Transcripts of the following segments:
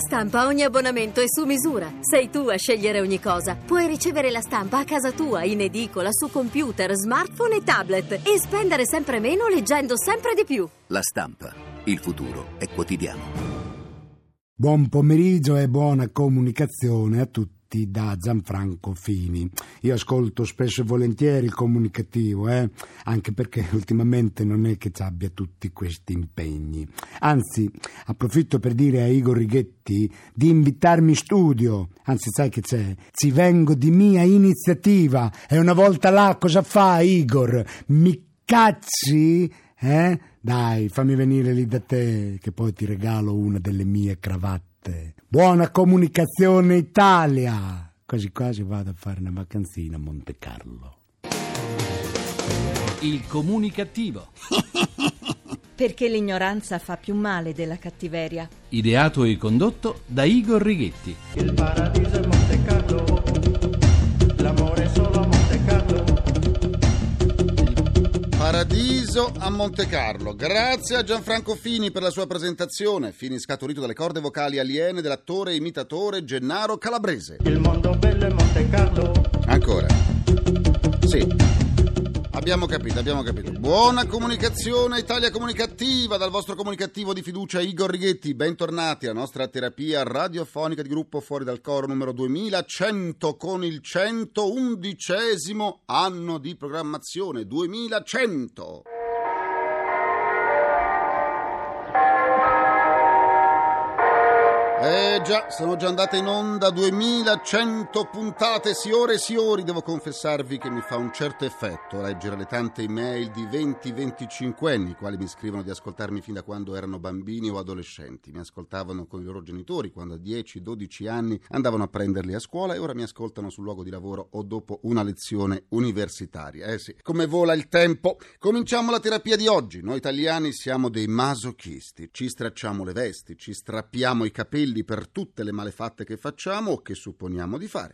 Stampa ogni abbonamento è su misura. Sei tu a scegliere ogni cosa. Puoi ricevere la stampa a casa tua, in edicola, su computer, smartphone e tablet e spendere sempre meno leggendo sempre di più. La Stampa. Il futuro è quotidiano. Buon pomeriggio e buona comunicazione a tutti da Gianfranco Fini. Io ascolto spesso e volentieri il comunicativo, anche perché ultimamente non è che ci abbia tutti questi impegni. Anzi, approfitto per dire a Igor Righetti di invitarmi in studio. Anzi, sai che c'è? Ci vengo di mia iniziativa. E una volta là cosa fa Igor? Mi cazzi? Dai, fammi venire lì da te, che poi ti regalo una delle mie cravatte. Buona comunicazione Italia! Quasi quasi vado a fare una vacanzina a Monte Carlo. Il comunicativo. Perché l'ignoranza fa più male della cattiveria. Ideato e condotto da Igor Righetti. Il paradiso è Monte Carlo, l'amore è solo a Monte Carlo. Paradiso a Monte Carlo. Grazie a Gianfranco Fini per la sua presentazione. Fini scaturito dalle corde vocali aliene dell'attore e imitatore Gennaro Calabrese. Il mondo bello è Monte Carlo. Ancora. Sì. Abbiamo capito. Buona comunicazione Italia Comunicativa dal vostro comunicativo di fiducia Igor Righetti. Bentornati alla nostra terapia radiofonica di gruppo Fuori dal Coro numero 2100 con il 111° anno di programmazione. 2100. Già, sono già andate in onda 2100 puntate, signore. Devo confessarvi che mi fa un certo effetto leggere le tante email di 20-25 anni, i quali mi scrivono di ascoltarmi fin da quando erano bambini o adolescenti. Mi ascoltavano con i loro genitori quando a 10-12 anni andavano a prenderli a scuola e ora mi ascoltano sul luogo di lavoro o dopo una lezione universitaria. Sì, come vola il tempo. Cominciamo la terapia di oggi. Noi italiani siamo dei masochisti, ci stracciamo le vesti, ci strappiamo i capelli per tutte le malefatte che facciamo o che supponiamo di fare.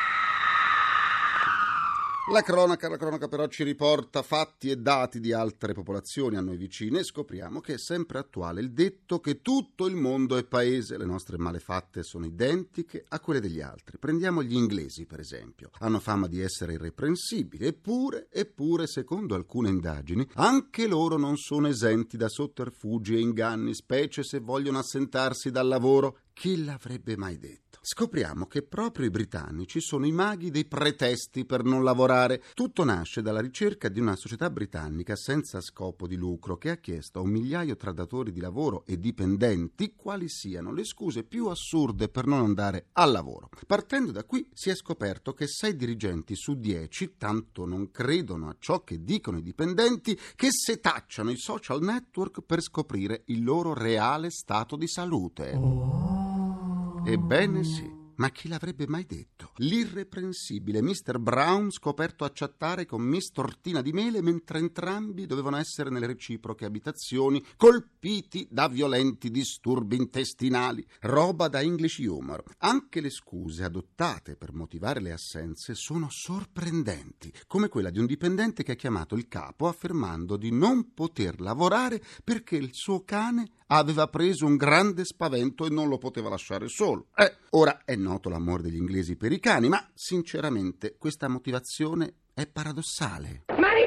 La cronaca però ci riporta fatti e dati di altre popolazioni a noi vicine e scopriamo che è sempre attuale il detto che tutto il mondo è paese. Le nostre malefatte sono identiche a quelle degli altri. Prendiamo gli inglesi, per esempio. Hanno fama di essere irreprensibili, eppure, secondo alcune indagini, anche loro non sono esenti da sotterfugi e inganni, specie se vogliono assentarsi dal lavoro. Chi l'avrebbe mai detto? Scopriamo che proprio i britannici sono i maghi dei pretesti per non lavorare. Tutto nasce dalla ricerca di una società britannica senza scopo di lucro che ha chiesto a 1 migliaio tra datori di lavoro e dipendenti quali siano le scuse più assurde per non andare al lavoro. Partendo da qui si è scoperto che 6 dirigenti su 10 tanto non credono a ciò che dicono i dipendenti che setacciano i social network per scoprire il loro reale stato di salute. Ebbene sì, ma chi l'avrebbe mai detto? L'irreprensibile Mr. Brown scoperto a chattare con Miss Tortina di Mele mentre entrambi dovevano essere nelle reciproche abitazioni colpiti da violenti disturbi intestinali. Roba da English humor. Anche le scuse adottate per motivare le assenze sono sorprendenti, come quella di un dipendente che ha chiamato il capo affermando di non poter lavorare perché il suo cane aveva preso un grande spavento e non lo poteva lasciare solo. Ora è noto l'amore degli inglesi per i cani, ma sinceramente questa motivazione è paradossale.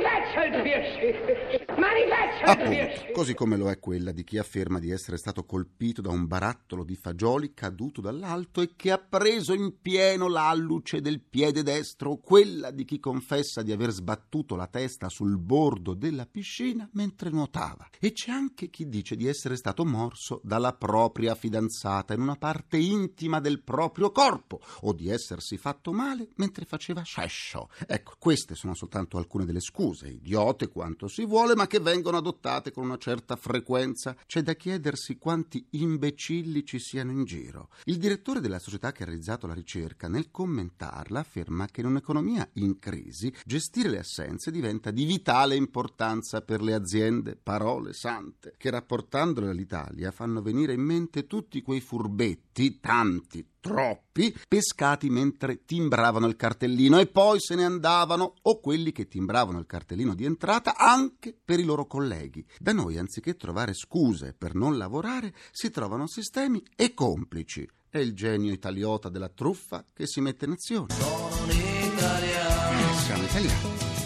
Appunto, così come lo è quella di chi afferma di essere stato colpito da un barattolo di fagioli caduto dall'alto e che ha preso in pieno l'alluce del piede destro, quella di chi confessa di aver sbattuto la testa sul bordo della piscina mentre nuotava. E c'è anche chi dice di essere stato morso dalla propria fidanzata in una parte intima del proprio corpo o di essersi fatto male mentre faceva sesso. Ecco, queste sono soltanto alcune delle scuse, idiote quanto si vuole, ma che vengono adottate con una certa frequenza. C'è da chiedersi quanti imbecilli ci siano in giro. Il direttore della società che ha realizzato la ricerca, nel commentarla, afferma che in un'economia in crisi gestire le assenze diventa di vitale importanza per le aziende. Parole sante, che rapportandole all'Italia fanno venire in mente tutti quei furbetti, tanti, troppi, pescati mentre timbravano il cartellino e poi se ne andavano, o quelli che timbravano il cartellino di entrata anche per i loro colleghi. Da noi, anziché trovare scuse per non lavorare, si trovano sistemi e complici. È il genio italiota della truffa che si mette in azione. Sono un italiano. Siamo italiani.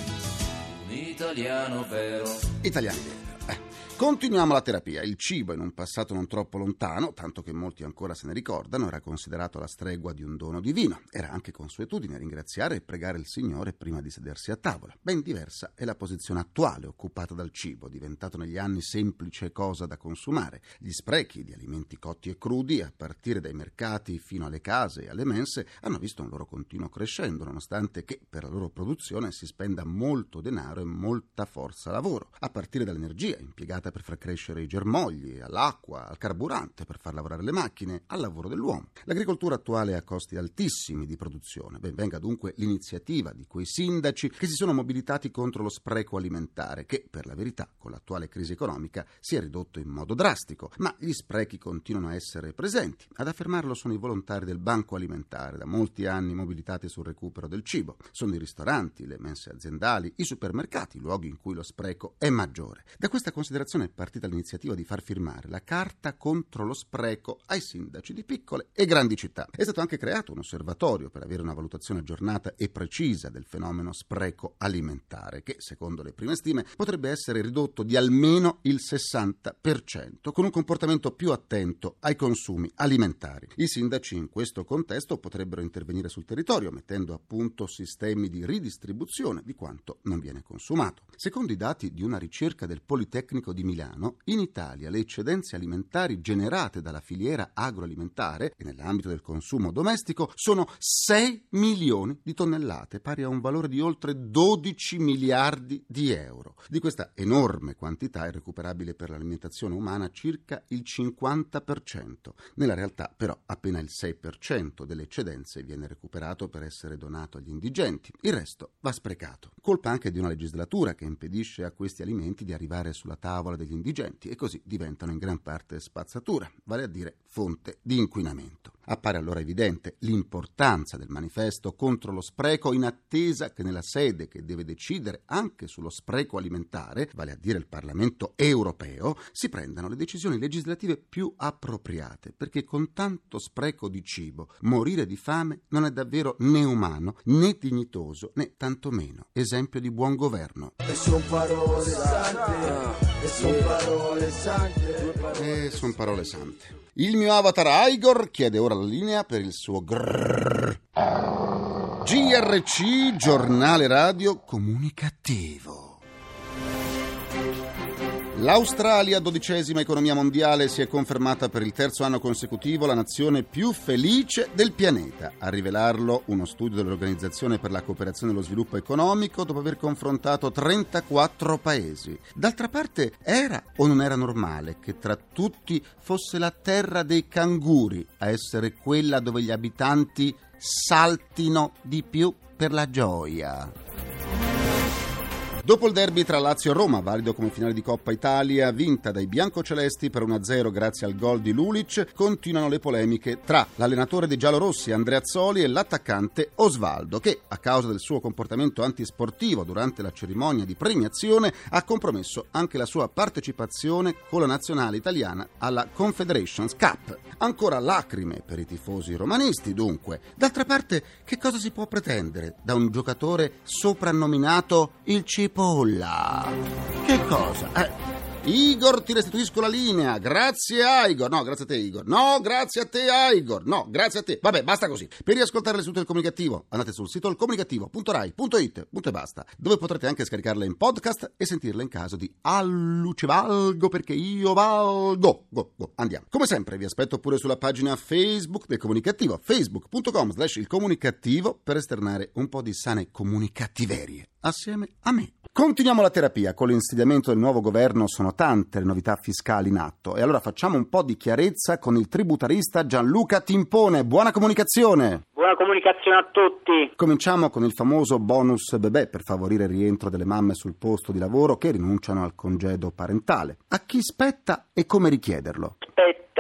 Un italiano vero. Italiani veri. Continuiamo la terapia. Il cibo, in un passato non troppo lontano, tanto che molti ancora se ne ricordano, era considerato la stregua di un dono divino. Era anche consuetudine ringraziare e pregare il Signore prima di sedersi a tavola. Ben diversa è la posizione attuale occupata dal cibo, diventato negli anni semplice cosa da consumare. Gli sprechi di alimenti cotti e crudi, a partire dai mercati fino alle case e alle mense, hanno visto un loro continuo crescendo, nonostante che per la loro produzione si spenda molto denaro e molta forza lavoro, a partire dall'energia impiegata per far crescere i germogli, all'acqua, al carburante per far lavorare le macchine, al lavoro dell'uomo. L'agricoltura attuale ha costi altissimi di produzione. Ben venga dunque l'iniziativa di quei sindaci che si sono mobilitati contro lo spreco alimentare, che per la verità con l'attuale crisi economica si è ridotto in modo drastico, ma gli sprechi continuano a essere presenti. Ad affermarlo sono i volontari del Banco Alimentare, da molti anni mobilitati sul recupero del cibo. Sono i ristoranti, le mense aziendali, i supermercati, luoghi in cui lo spreco è maggiore. Da questa considerazione è partita l'iniziativa di far firmare la carta contro lo spreco ai sindaci di piccole e grandi città. È stato anche creato un osservatorio per avere una valutazione aggiornata e precisa del fenomeno spreco alimentare, che secondo le prime stime potrebbe essere ridotto di almeno il 60%, con un comportamento più attento ai consumi alimentari. I sindaci in questo contesto potrebbero intervenire sul territorio, mettendo a punto sistemi di ridistribuzione di quanto non viene consumato. Secondo i dati di una ricerca del Politecnico di Milano, in Italia le eccedenze alimentari generate dalla filiera agroalimentare e nell'ambito del consumo domestico sono 6 milioni di tonnellate, pari a un valore di oltre 12 miliardi di euro. Di questa enorme quantità è recuperabile per l'alimentazione umana circa il 50%. Nella realtà, però, appena il 6% delle eccedenze viene recuperato per essere donato agli indigenti. Il resto va sprecato. Colpa anche di una legislatura che impedisce a questi alimenti di arrivare sulla tavola degli indigenti e così diventano in gran parte spazzatura, vale a dire fonte di inquinamento. Appare allora evidente l'importanza del manifesto contro lo spreco, in attesa che nella sede che deve decidere anche sullo spreco alimentare, vale a dire il Parlamento europeo, si prendano le decisioni legislative più appropriate, perché con tanto spreco di cibo morire di fame non è davvero né umano né dignitoso né tantomeno esempio di buon governo. E son parole sante, e son parole sante. Son parole sante. Il mio avatar Igor chiede ora la linea per il suo grrrr. GRC, giornale radio comunicativo. L'Australia, 12ª economia mondiale, si è confermata per il terzo anno consecutivo la nazione più felice del pianeta. A rivelarlo uno studio dell'Organizzazione per la cooperazione e lo sviluppo economico dopo aver confrontato 34 paesi. D'altra parte, era o non era normale che tra tutti fosse la terra dei canguri a essere quella dove gli abitanti saltino di più per la gioia? Dopo il derby tra Lazio e Roma, valido come finale di Coppa Italia, vinta dai biancocelesti per 1-0 grazie al gol di Lulic, continuano le polemiche tra l'allenatore dei giallorossi Andreazzoli e l'attaccante Osvaldo, che a causa del suo comportamento antisportivo durante la cerimonia di premiazione ha compromesso anche la sua partecipazione con la nazionale italiana alla Confederations Cup. Ancora lacrime per i tifosi romanisti, dunque. D'altra parte, che cosa si può pretendere da un giocatore soprannominato il Cipolla? Che cosa? Igor, ti restituisco la linea. Grazie Igor. No, grazie a te Igor. No, grazie a te Igor. No, grazie a te. Vabbè, basta così. Per riascoltare le sedute del Comunicativo andate sul sito ilcomunicativo.rai.it, punto e basta, dove potrete anche scaricarle in podcast e sentirle in caso di Allucevalgo, perché io valgo. Go. Andiamo. Come sempre vi aspetto pure sulla pagina Facebook del Comunicativo, facebook.com/ilcomunicativo, per esternare un po' di sane comunicattiverie assieme a me. Continuiamo la terapia. Con l'insediamento del nuovo governo sono tante le novità fiscali in atto e allora facciamo un po' di chiarezza con il tributarista Gianluca Timpone. Buona comunicazione! Buona comunicazione a tutti! Cominciamo con il famoso bonus bebè per favorire il rientro delle mamme sul posto di lavoro che rinunciano al congedo parentale. A chi spetta e come richiederlo? Spetta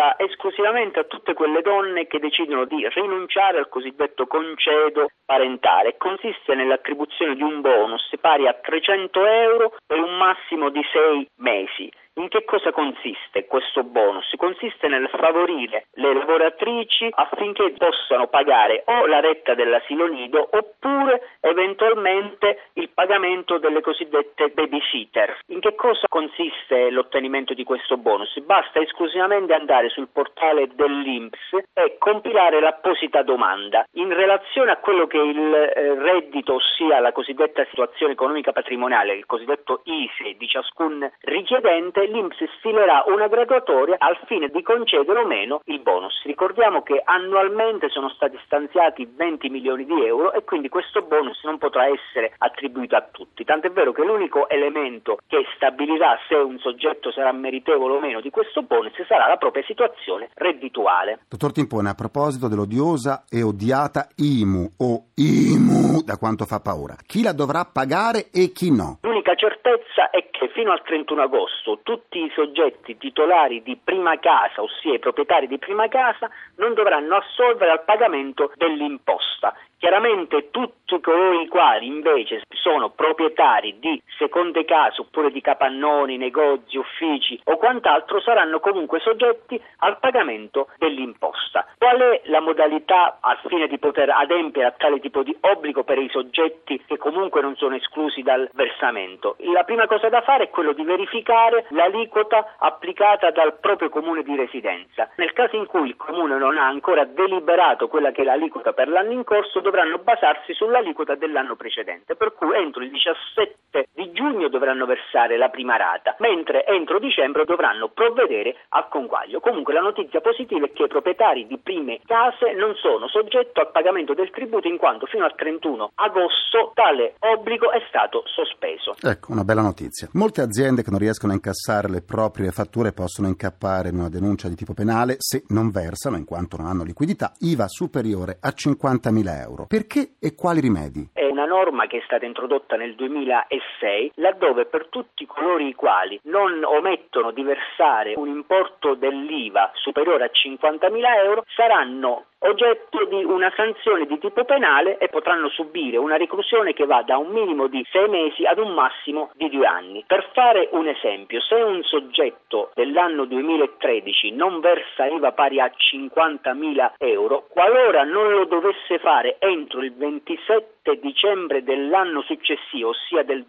riserva esclusivamente a tutte quelle donne che decidono di rinunciare al cosiddetto concedo parentale. Consiste nell'attribuzione di un bonus pari a 300 euro per un massimo di 6 mesi. In che cosa consiste questo bonus? Consiste nel favorire le lavoratrici affinché possano pagare o la retta dell'asilo nido oppure eventualmente il pagamento delle cosiddette babysitter. In che cosa consiste l'ottenimento di questo bonus? Basta esclusivamente andare sul portale dell'INPS e compilare l'apposita domanda. In relazione a quello che è il reddito, ossia la cosiddetta situazione economica patrimoniale, il cosiddetto ISEE di ciascun richiedente, l'INPS stilerà una graduatoria al fine di concedere o meno il bonus. Ricordiamo che annualmente sono stati stanziati 20 milioni di euro e quindi questo bonus non potrà essere attribuito a tutti. Tant'è vero che l'unico elemento che stabilirà se un soggetto sarà meritevole o meno di questo bonus sarà la propria situazione reddituale. Dottor Timpone, a proposito dell'odiosa e odiata IMU o IMU, da quanto fa paura, chi la dovrà pagare e chi no? L'unica certezza è che fino al 31 agosto tutti i soggetti titolari di prima casa, ossia i proprietari di prima casa, non dovranno assolvere al pagamento dell'imposta. Chiaramente tutti coloro i quali invece sono proprietari di seconde case oppure di capannoni, negozi, uffici o quant'altro saranno comunque soggetti al pagamento dell'imposta. Qual è la modalità al fine di poter adempiere a tale tipo di obbligo per i soggetti che comunque non sono esclusi dal versamento? La prima cosa da fare è quello di verificare l'aliquota applicata dal proprio comune di residenza. Nel caso in cui il comune non ha ancora deliberato quella che è l'aliquota per l'anno in corso, dovranno basarsi sull'aliquota dell'anno precedente, per cui entro il 17 di giugno dovranno versare la prima rata, mentre entro dicembre dovranno provvedere al conguaglio. Comunque la notizia positiva è che i proprietari di prime case non sono soggetti al pagamento del tributo, in quanto fino al 31 agosto tale obbligo è stato sospeso. Ecco, una bella notizia. Molte aziende che non riescono a incassare le proprie fatture possono incappare in una denuncia di tipo penale se non versano, in quanto non hanno liquidità, IVA superiore a 50.000 euro. Perché e quali rimedi? È una norma che è stata introdotta nel 2006, laddove per tutti coloro i quali non omettono di versare un importo dell'IVA superiore a 50.000 euro saranno oggetto di una sanzione di tipo penale e potranno subire una reclusione che va da un minimo di 6 mesi ad un massimo di 2 anni. Per fare un esempio, se un soggetto dell'anno 2013 non versa IVA pari a 50.000 euro, qualora non lo dovesse fare entro il 27 dicembre dell'anno successivo, ossia del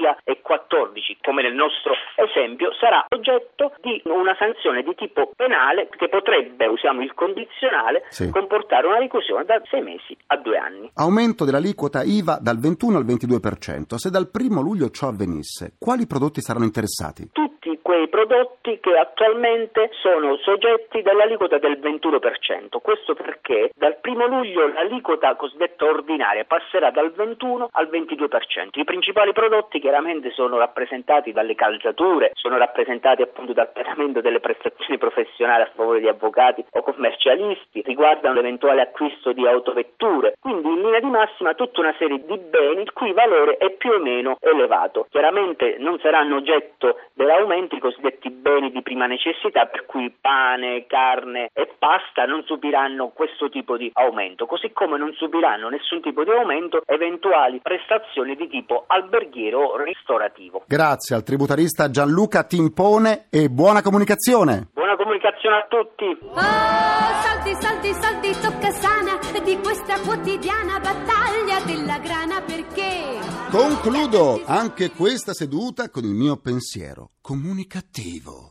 2014, come nel nostro esempio, sarà oggetto di una sanzione di tipo penale che potrebbe, usiamo il condizionale, comportare una reclusione da 6 mesi a 2 anni. Aumento dell'aliquota IVA dal 21 al 22%. Se dal 1 luglio ciò avvenisse, quali prodotti saranno interessati? Tutti quei prodotti che attualmente sono soggetti dell'aliquota del 21%. Questo perché dal 1 luglio l'aliquota cosiddetta ordinaria passerà dal 21 al 22%. I principali prodotti chiaramente sono rappresentati dalle calzature, sono rappresentati appunto dal pagamento delle prestazioni professionali a favore di avvocati o commercialisti, riguardano l'eventuale acquisto di autovetture, quindi in linea di massima tutta una serie di beni il cui valore è più o meno elevato. Chiaramente non saranno oggetto dell'aumento i cosiddetti beni di prima necessità, per cui pane, carne e pasta non subiranno questo tipo di aumento, così come non subiranno nessun tipo di aumento eventuali prestazioni di tipo alberghiero o ristorativo. Grazie al tributarista Gianluca Timpone e buona comunicazione. Buona comunicazione a tutti. Oh, salti, salti, salti, tocca sana di questa quotidiana battaglia della grana, perché Concludo anche questa seduta con il mio pensiero comunicativo.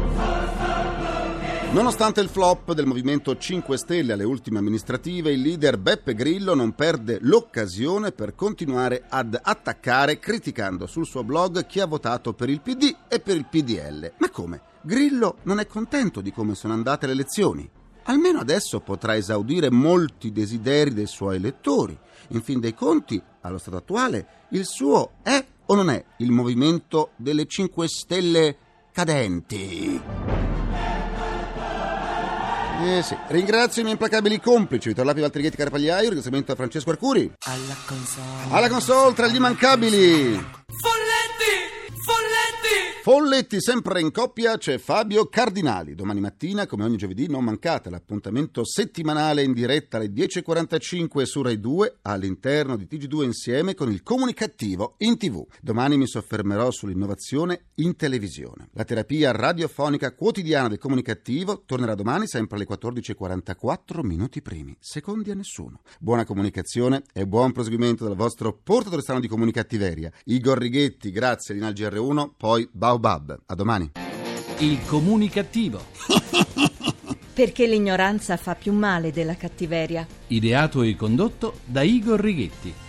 Nonostante il flop del Movimento 5 Stelle alle ultime amministrative, il leader Beppe Grillo non perde l'occasione per continuare ad attaccare, criticando sul suo blog chi ha votato per il PD e per il PDL. Ma come? Grillo non è contento di come sono andate le elezioni. Almeno adesso potrà esaudire molti desideri dei suoi elettori. In fin dei conti, allo stato attuale, il suo è o non è il Movimento delle 5 Stelle cadenti? Sì. Ringrazio i miei implacabili complici Vittor Lapi, Valtrighetti, Carapagliaio. Ringraziamento a Francesco Arcuri alla console tra gli immancabili Folletti Folletti, sempre in coppia c'è Fabio Cardinali. Domani mattina, come ogni giovedì, non mancate l'appuntamento settimanale in diretta alle 10.45 su Rai 2 all'interno di TG2 insieme con il Comunicativo in TV. Domani mi soffermerò sull'innovazione in televisione. La terapia radiofonica quotidiana del Comunicativo tornerà domani sempre alle 14.44 minuti primi, secondi a nessuno. Buona comunicazione e buon proseguimento dal vostro portatore strano di comunicattiveria, Igor Righetti. Grazie, Rinal GR1, poi Baobab. A domani. Il Comunicativo. Perché l'ignoranza fa più male della cattiveria. Ideato e condotto da Igor Righetti.